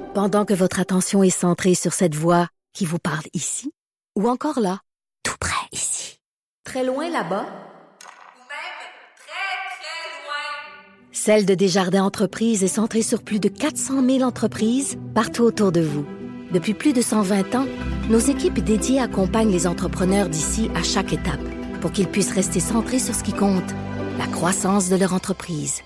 Pendant que votre attention est centrée sur cette voix qui vous parle ici, ou encore là, tout près ici, très loin là-bas, ou même très, très loin, Celle de Desjardins Entreprises est centrée sur plus de 400 000 entreprises partout autour de vous. Depuis plus de 120 ans, nos équipes dédiées accompagnent les entrepreneurs d'ici à chaque étape pour qu'ils puissent rester centrés sur ce qui compte, la croissance de leur entreprise.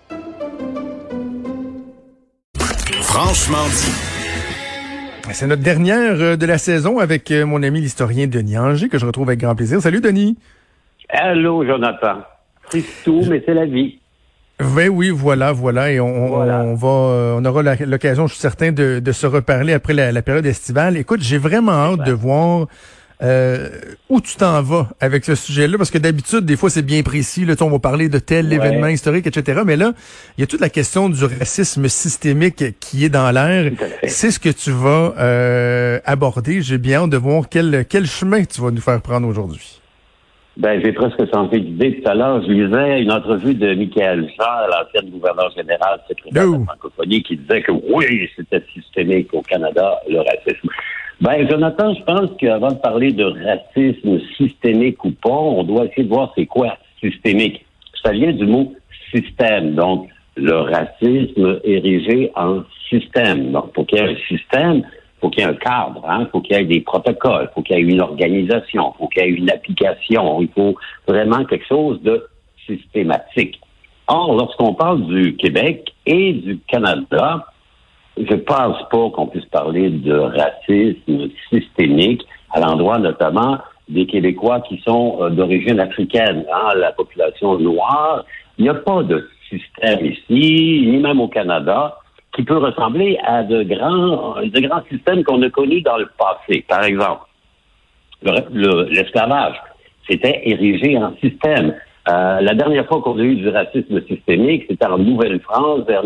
Franchement dit. C'est notre dernière de la saison avec mon ami l'historien Denis Anger, que je retrouve avec grand plaisir. Salut Denis. Allô Jonathan. C'est tout, mais c'est la vie. Oui, voilà. Et on aura l'occasion, je suis certain, de se reparler après la période estivale. Écoute, j'ai vraiment hâte de voir où tu t'en vas avec ce sujet-là, parce que d'habitude, des fois, c'est bien précis. Là, on va parler de tel événement historique, etc. Mais là, il y a toute la question du racisme systémique qui est dans l'air. C'est ce que tu vas aborder. J'ai bien hâte de voir quel chemin tu vas nous faire prendre aujourd'hui. J'ai presque senti l'idée tout à l'heure. Je lisais une entrevue de Michaël Jean, l'ancien gouverneur général secrétaire de la francophonie, qui disait que oui, c'était systémique au Canada, le racisme. Jonathan, je pense qu'avant de parler de racisme systémique ou pas, on doit essayer de voir c'est quoi systémique. Ça vient du mot système. Donc, le racisme érigé en système. Donc, pour qu'il y ait un système, faut qu'il y ait un cadre, faut qu'il y ait des protocoles, faut qu'il y ait une organisation, faut qu'il y ait une application. Il faut vraiment quelque chose de systématique. Or, lorsqu'on parle du Québec et du Canada, je pense pas qu'on puisse parler de racisme systémique à l'endroit notamment des Québécois qui sont d'origine africaine, la population noire. Il n'y a pas de système ici, ni même au Canada, qui peut ressembler à de grands systèmes qu'on a connus dans le passé. Par exemple, l'esclavage, c'était érigé en système. La dernière fois qu'on a eu du racisme systémique, c'était en Nouvelle-France, vers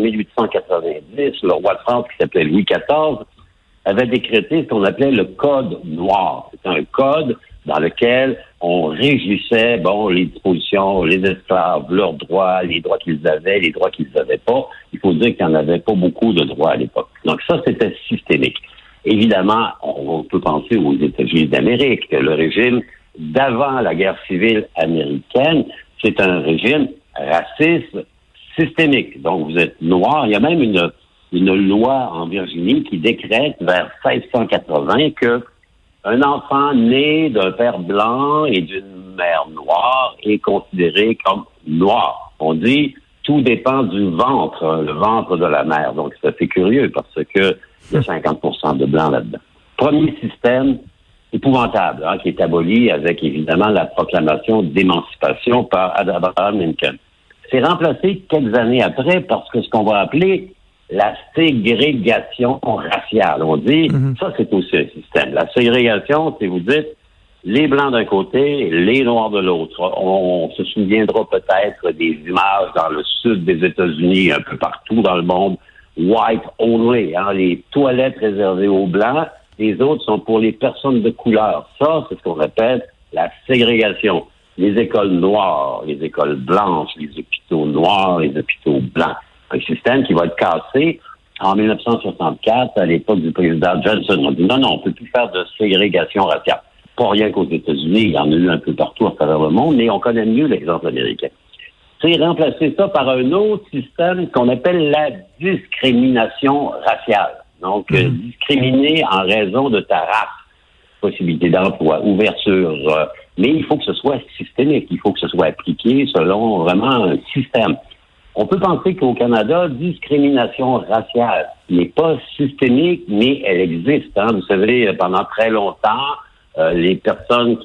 1890. Le roi de France, qui s'appelait Louis XIV, avait décrété ce qu'on appelait le Code noir. C'était un code dans lequel on régissait, les dispositions, les esclaves, leurs droits, les droits qu'ils avaient, les droits qu'ils n'avaient pas. Il faut dire qu'il n'y en avait pas beaucoup de droits à l'époque. Donc ça, c'était systémique. Évidemment, on peut penser aux États-Unis d'Amérique, que le régime d'avant la guerre civile américaine, c'est un régime raciste systémique. Donc, vous êtes noir. Il y a même une loi en Virginie qui décrète vers 1680 que un enfant né d'un père blanc et d'une mère noire est considéré comme noir. On dit tout dépend du ventre, le ventre de la mère. Donc, c'est assez curieux parce que il y a 50% de blanc là-dedans. Premier système épouvantable, qui est aboli avec, évidemment, la proclamation d'émancipation par Abraham Lincoln. C'est remplacé quelques années après parce que ce qu'on va appeler la ségrégation raciale. On dit, ça, c'est aussi un système. La ségrégation, c'est, vous dites, les Blancs d'un côté, les Noirs de l'autre. On se souviendra peut-être des images dans le sud des États-Unis, un peu partout dans le monde, white only, les toilettes réservées aux Blancs. Les autres sont pour les personnes de couleur. Ça, c'est ce qu'on répète, la ségrégation. Les écoles noires, les écoles blanches, les hôpitaux noirs, les hôpitaux blancs. Un système qui va être cassé en 1964, à l'époque du président Johnson. On dit non, on peut plus faire de ségrégation raciale. Pas rien qu'aux États-Unis, il y en a eu un peu partout à travers le monde, mais on connaît mieux l'exemple américain. C'est remplacer ça par un autre système qu'on appelle la discrimination raciale. Donc, discriminer en raison de ta race, possibilité d'emploi, ouverture. Mais il faut que ce soit systémique. Il faut que ce soit appliqué selon vraiment un système. On peut penser qu'au Canada, discrimination raciale n'est pas systémique, mais elle existe. Vous savez, pendant très longtemps, les personnes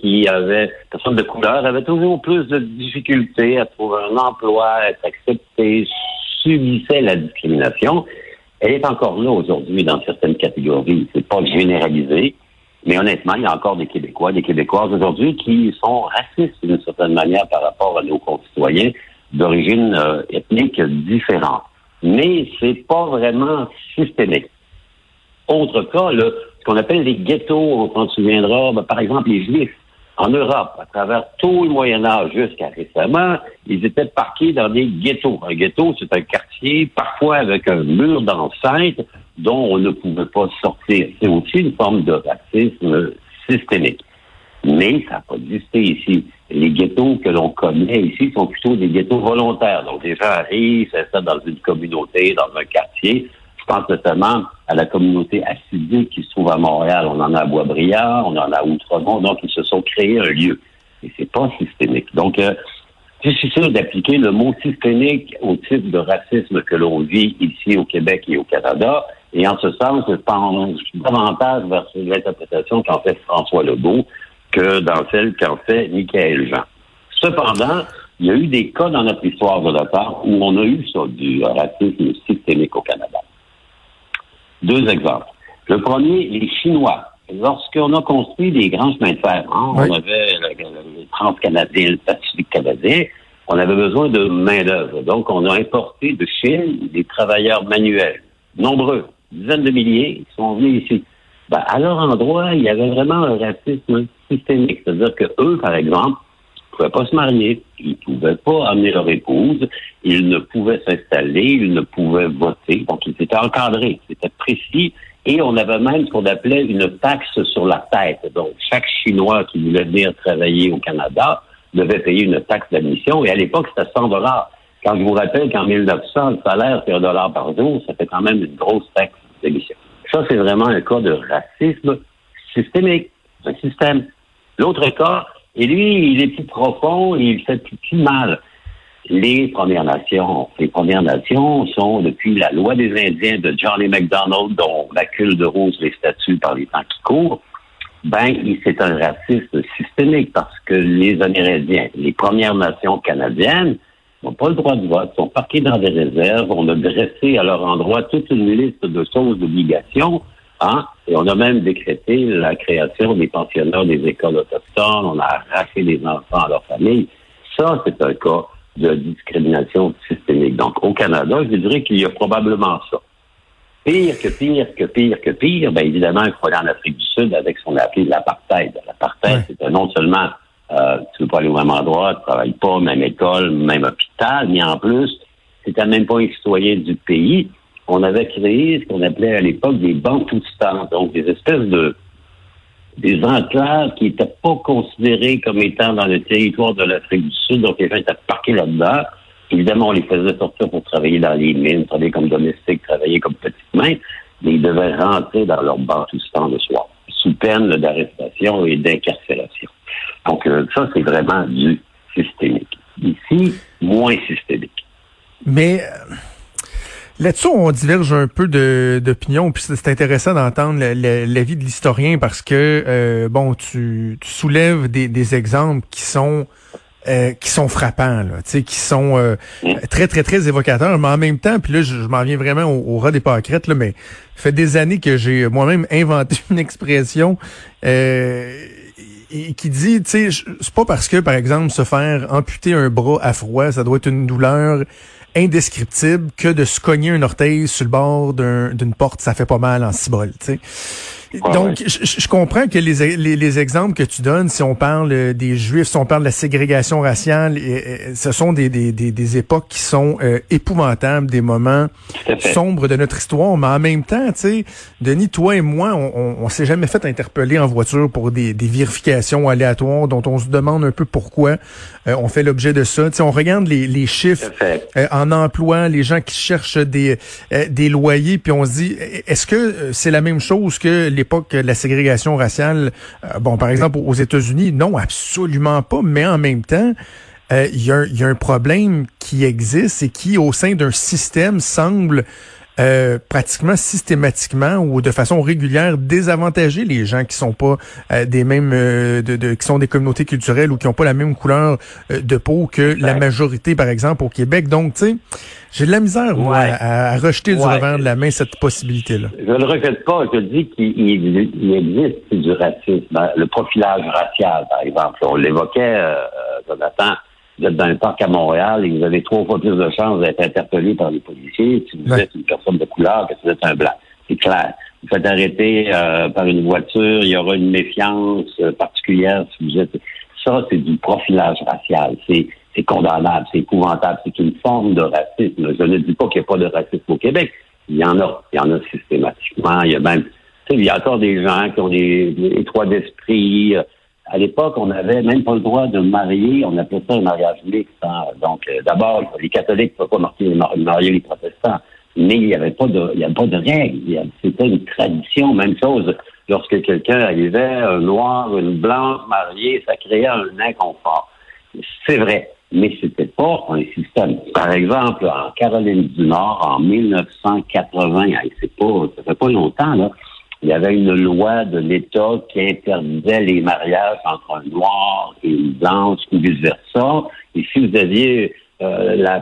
de couleur avaient toujours plus de difficultés à trouver un emploi, à être acceptées, subissaient la discrimination. Elle est encore là aujourd'hui dans certaines catégories. C'est pas généralisé, mais honnêtement, il y a encore des Québécois, des Québécoises aujourd'hui qui sont racistes d'une certaine manière par rapport à nos concitoyens d'origine ethnique différente. Mais c'est pas vraiment systémique. Autre cas, ce qu'on appelle les ghettos, on s'en souviendra, par exemple les Juifs. En Europe, à travers tout le Moyen-Âge jusqu'à récemment, ils étaient parqués dans des ghettos. Un ghetto, c'est un quartier, parfois avec un mur d'enceinte, dont on ne pouvait pas sortir. C'est aussi une forme de racisme systémique. Mais ça n'a pas existé ici. Les ghettos que l'on connaît ici sont plutôt des ghettos volontaires. Donc, les gens arrivent, s'installent dans une communauté, dans un quartier. Je pense notamment à la communauté hassidique qui se trouve à Montréal. On en a à Boisbriand, on en a à Outremont. Donc, ils se sont créés un lieu. Et c'est pas systémique. Donc, je suis sûr d'appliquer le mot systémique au type de racisme que l'on vit ici au Québec et au Canada. Et en ce sens, je pense davantage vers l'interprétation qu'en fait François Legault que dans celle qu'en fait Michaël Jean. Cependant, il y a eu des cas dans notre histoire de l'OTAN où on a eu ça, du racisme systémique au Canada. 2 exemples. Le premier, les Chinois. Lorsqu'on a construit des grands chemins de fer, on avait le Transcanadien, le Pacifique canadien, on avait besoin de main-d'œuvre. Donc, on a importé de Chine des travailleurs manuels, nombreux, dizaines de milliers, qui sont venus ici. À leur endroit, il y avait vraiment un racisme systémique. C'est-à-dire que eux, par exemple, ne pouvaient pas se marier, ils ne pouvaient pas amener leur épouse, ils ne pouvaient s'installer, ils ne pouvaient voter. Donc, ils étaient encadrés, c'était précis. Et on avait même ce qu'on appelait une taxe sur la tête. Donc, chaque Chinois qui voulait venir travailler au Canada devait payer une taxe d'admission. Et à l'époque, c'était 100 $. Quand je vous rappelle qu'en 1900, le salaire, c'est $1 par jour, ça fait quand même une grosse taxe d'admission. Ça, c'est vraiment un cas de racisme systémique, un système. L'autre cas, et lui, il est plus profond et il fait plus mal. Les Premières Nations. Les Premières Nations sont, depuis la loi des Indiens de Johnny MacDonald, dont la cule de rose les statue par les temps qui courent, c'est un racisme systémique parce que les Amérindiens, les Premières Nations canadiennes, n'ont pas le droit de vote, sont parqués dans des réserves. On a dressé à leur endroit toute une liste de choses, d'obligations, et on a même décrété la création des pensionnats des écoles autochtones. On a arraché les enfants à leur famille. Ça, c'est un cas de discrimination systémique. Donc, au Canada, je dirais qu'il y a probablement ça. Pire, évidemment, il faut aller en Afrique du Sud avec ce qu'on a appelé l'apartheid. L'apartheid, c'était non seulement tu veux pas aller au même endroit, tu travailles pas, même école, même hôpital, mais en plus, c'était même pas un citoyen du pays. On avait créé ce qu'on appelait à l'époque des bantoustans, donc des espèces des enclaves qui n'étaient pas considérées comme étant dans le territoire de l'Afrique du Sud, donc les gens étaient parqués là-dedans. Évidemment, on les faisait sortir pour travailler dans les mines, travailler comme domestiques, travailler comme petites mains, mais ils devaient rentrer dans leur bantoustan le soir, sous peine d'arrestation et d'incarcération. Donc, ça, c'est vraiment du systémique. Ici, moins systémique. Mais là-dessus, on diverge un peu d'opinion, puis c'est intéressant d'entendre l'avis de l'historien parce que, tu soulèves des exemples qui sont frappants, là, tu sais, qui sont très, très, très évocateurs, mais en même temps, puis là, je m'en viens vraiment au ras des pâquerettes, là, mais ça fait des années que j'ai moi-même inventé une expression et qui dit, tu sais, c'est pas parce que, par exemple, se faire amputer un bras à froid, ça doit être une douleur indescriptible que de se cogner un orteil sur le bord d'une porte, ça fait pas mal en cibole, tu sais. Donc, je comprends que les exemples que tu donnes, si on parle des Juifs, si on parle de la ségrégation raciale, ce sont des époques qui sont épouvantables, des moments sombres de notre histoire. Mais en même temps, tu sais, Denis, toi et moi, on s'est jamais fait interpeller en voiture pour des vérifications aléatoires dont on se demande un peu pourquoi on fait l'objet de ça. Tu sais, on regarde les chiffres en emploi, les gens qui cherchent des loyers, puis on se dit, est-ce que c'est la même chose que l'époque de la ségrégation raciale, par exemple, aux États-Unis? Non, absolument pas. Mais en même temps, il y a un problème qui existe et qui, au sein d'un système, semble pratiquement systématiquement ou de façon régulière désavantager les gens qui sont pas des mêmes qui sont des communautés culturelles ou qui ont pas la même couleur de peau que la majorité, par exemple, au Québec. Donc, tu sais, j'ai de la misère moi, à rejeter du revers de la main cette possibilité-là. Je ne le rejette pas. Je dis qu'il existe du racisme. Le profilage racial, par exemple. On l'évoquait, Jonathan. Vous êtes dans le parc à Montréal et vous avez 3 fois plus de chances d'être interpellé par les policiers si vous êtes une personne de couleur que si vous êtes un blanc. C'est clair. Vous faites arrêter par une voiture, il y aura une méfiance particulière si vous êtes... Ça, c'est du profilage racial. C'est condamnable, c'est épouvantable. C'est une forme de racisme. Je ne dis pas qu'il n'y a pas de racisme au Québec. Il y en a systématiquement. Il y a même, il y a encore des gens qui ont des trois d'esprit. À l'époque, on n'avait même pas le droit de marier. On appelait ça un mariage mixte. Hein. Donc, d'abord, les catholiques ne pouvaient pas marier les protestants. Mais il n'y avait pas de règles. C'était une tradition. Même chose, lorsque quelqu'un arrivait, un noir, une blanche mariée, ça créait un inconfort. C'est vrai. Mais c'était pas un système. Par exemple, en Caroline du Nord, en 1980, ça fait pas longtemps, là, il y avait une loi de l'État qui interdisait les mariages entre un noir et une blanche ou vice-versa. Et si vous aviez la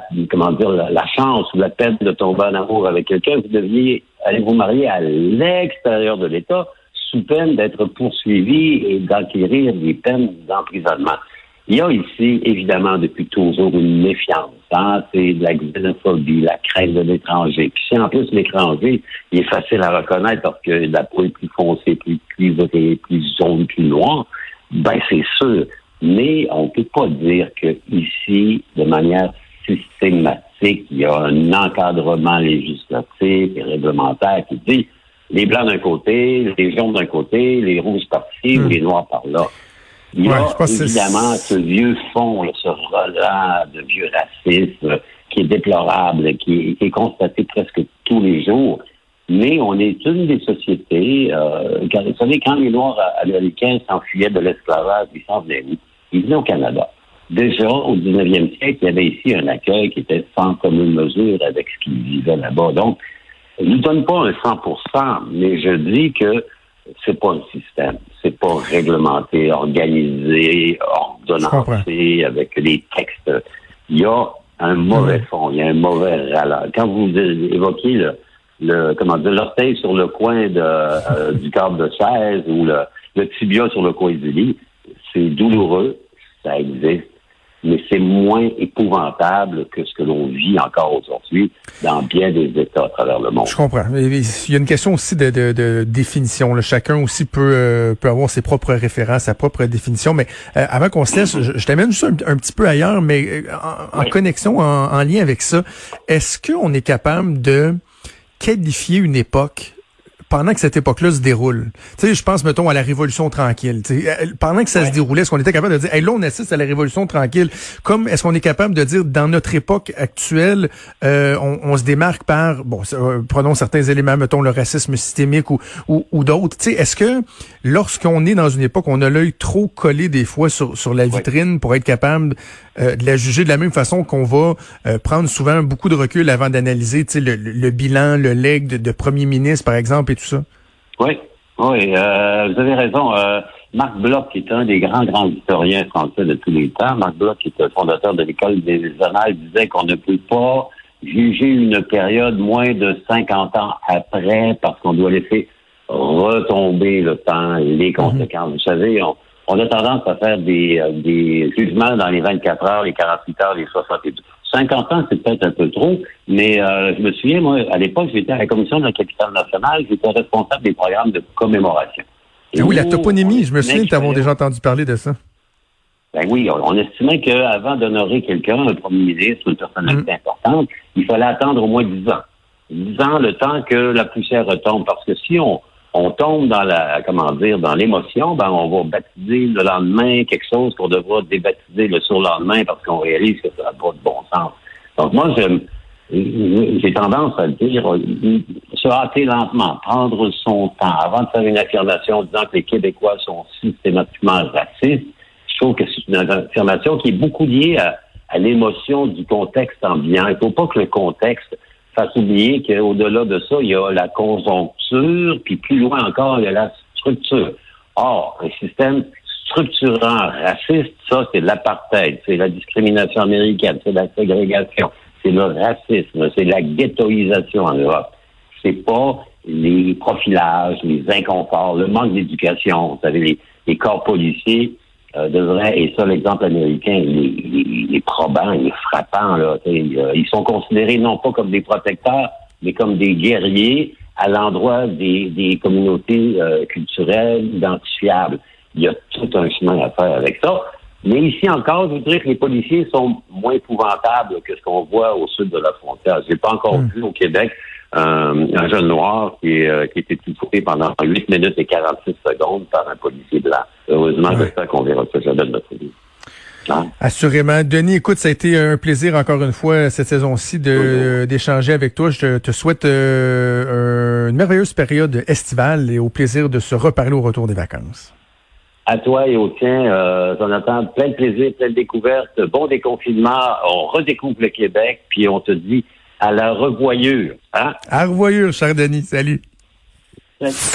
chance ou la peine de tomber en amour avec quelqu'un, vous deviez aller vous marier à l'extérieur de l'État sous peine d'être poursuivi et d'acquérir des peines d'emprisonnement. Il y a ici, évidemment, depuis toujours une méfiance. Hein? C'est de la xénophobie, la crainte de l'étranger. Puis si en plus l'étranger, il est facile à reconnaître parce que la peau est plus foncée, plus cuivrée, plus jaune, plus noire, ben c'est sûr. Mais on ne peut pas dire que ici, de manière systématique, il y a un encadrement législatif et réglementaire qui dit les blancs d'un côté, les jaunes d'un côté, les rouges par-ci ou les noirs par-là. Il y a évidemment ce vieux fond, ce relent de vieux racisme qui est déplorable, qui est constaté presque tous les jours. Mais on est une des sociétés, vous savez, quand les Noirs américains s'enfuyaient de l'esclavage, ils s'en venaient où? Ils venaient au Canada. Déjà, au 19e siècle, il y avait ici un accueil qui était sans commune mesure avec ce qu'ils vivaient là-bas. Donc, je ne donne pas un 100%, mais je dis que c'est pas un système. C'est pas réglementé, organisé, ordonnancé, avec les textes. Il y a un mauvais fond, il y a un mauvais ralent. Quand vous évoquez l'orteil sur le coin du câble de chaise ou le tibia sur le coin du lit, c'est douloureux, ça existe, mais c'est moins épouvantable que ce que l'on vit encore aujourd'hui dans bien des États à travers le monde. Je comprends. Il y a une question aussi de définition. Là. Chacun aussi peut avoir ses propres références, sa propre définition. Mais avant qu'on se laisse, je t'amène juste un petit peu ailleurs, mais en connexion, en lien avec ça, est-ce qu'on est capable de qualifier une époque pendant que cette époque-là se déroule? Tu sais, je pense, mettons, à la Révolution tranquille. Pendant que ça se déroulait, est-ce qu'on était capable de dire, hey, là, on assiste à la Révolution tranquille? Comme, est-ce qu'on est capable de dire, dans notre époque actuelle, on se démarque par, prenons certains éléments, mettons, le racisme systémique ou d'autres. Tu sais, est-ce que, lorsqu'on est dans une époque, on a l'œil trop collé des fois sur la vitrine pour être capable de la juger de la même façon qu'on va prendre souvent beaucoup de recul avant d'analyser, tu sais, le bilan, le legs de premier ministre, par exemple, et tout ça? Oui, vous avez raison. Marc Bloch, qui est un des grands historiens français de tous les temps, Marc Bloch, qui est le fondateur de l'École des Annales, disait qu'on ne peut pas juger une période moins de 50 ans après parce qu'on doit laisser retomber le temps, les conséquences. Vous savez, on a tendance à faire des jugements dans les 24 heures, les 48 heures, les 72. 50 ans, c'est peut-être un peu trop, mais je me souviens, moi, à l'époque, j'étais à la Commission de la capitale nationale, j'étais responsable des programmes de commémoration. Et oui, la toponymie, je me souviens que t'avons déjà entendu parler de ça. Ben oui, on estimait qu'avant d'honorer quelqu'un, un premier ministre, une personnalité importante, il fallait attendre au moins 10 ans. 10 ans, le temps que la poussière retombe, parce que si on tombe dans dans l'émotion, ben on va baptiser le lendemain quelque chose qu'on devra débaptiser le surlendemain parce qu'on réalise que ça n'a pas de bon sens. Donc moi, j'ai tendance à dire, se hâter lentement, prendre son temps avant de faire une affirmation disant que les Québécois sont systématiquement racistes. Je trouve que c'est une affirmation qui est beaucoup liée à l'émotion du contexte ambiant. Il ne faut pas que le contexte fasse oublier qu'au-delà de ça, il y a la conjoncture, puis plus loin encore, il y a la structure. Or, un système structurant raciste, ça, c'est l'apartheid, c'est la discrimination américaine, c'est la ségrégation, c'est le racisme, c'est la ghettoisation en Europe. C'est pas les profilages, les inconforts, le manque d'éducation. Vous savez, les corps policiers devraient, et ça, l'exemple américain, il est probant, il est frappant, là. Ils sont considérés non pas comme des protecteurs, mais comme des guerriers à l'endroit des communautés culturelles identifiables. Il y a tout un chemin à faire avec ça. Mais ici encore, je voudrais que les policiers sont moins épouvantables que ce qu'on voit au sud de la frontière. J'ai pas encore vu au Québec un jeune noir qui était étouffé pendant 8 minutes et 46 secondes par un policier blanc. Heureusement, j'espère qu'on verra ça jamais de notre vie. Hein? Assurément. Denis, écoute, ça a été un plaisir encore une fois cette saison-ci d'échanger avec toi. Je te souhaite une merveilleuse période estivale et au plaisir de se reparler au retour des vacances. À toi et au tien, Jonathan, plein de plaisir, plein de découvertes, bon déconfinement, on redécouvre le Québec, puis on te dit à la revoyure. Hein? À revoyure, cher Denis. Salut.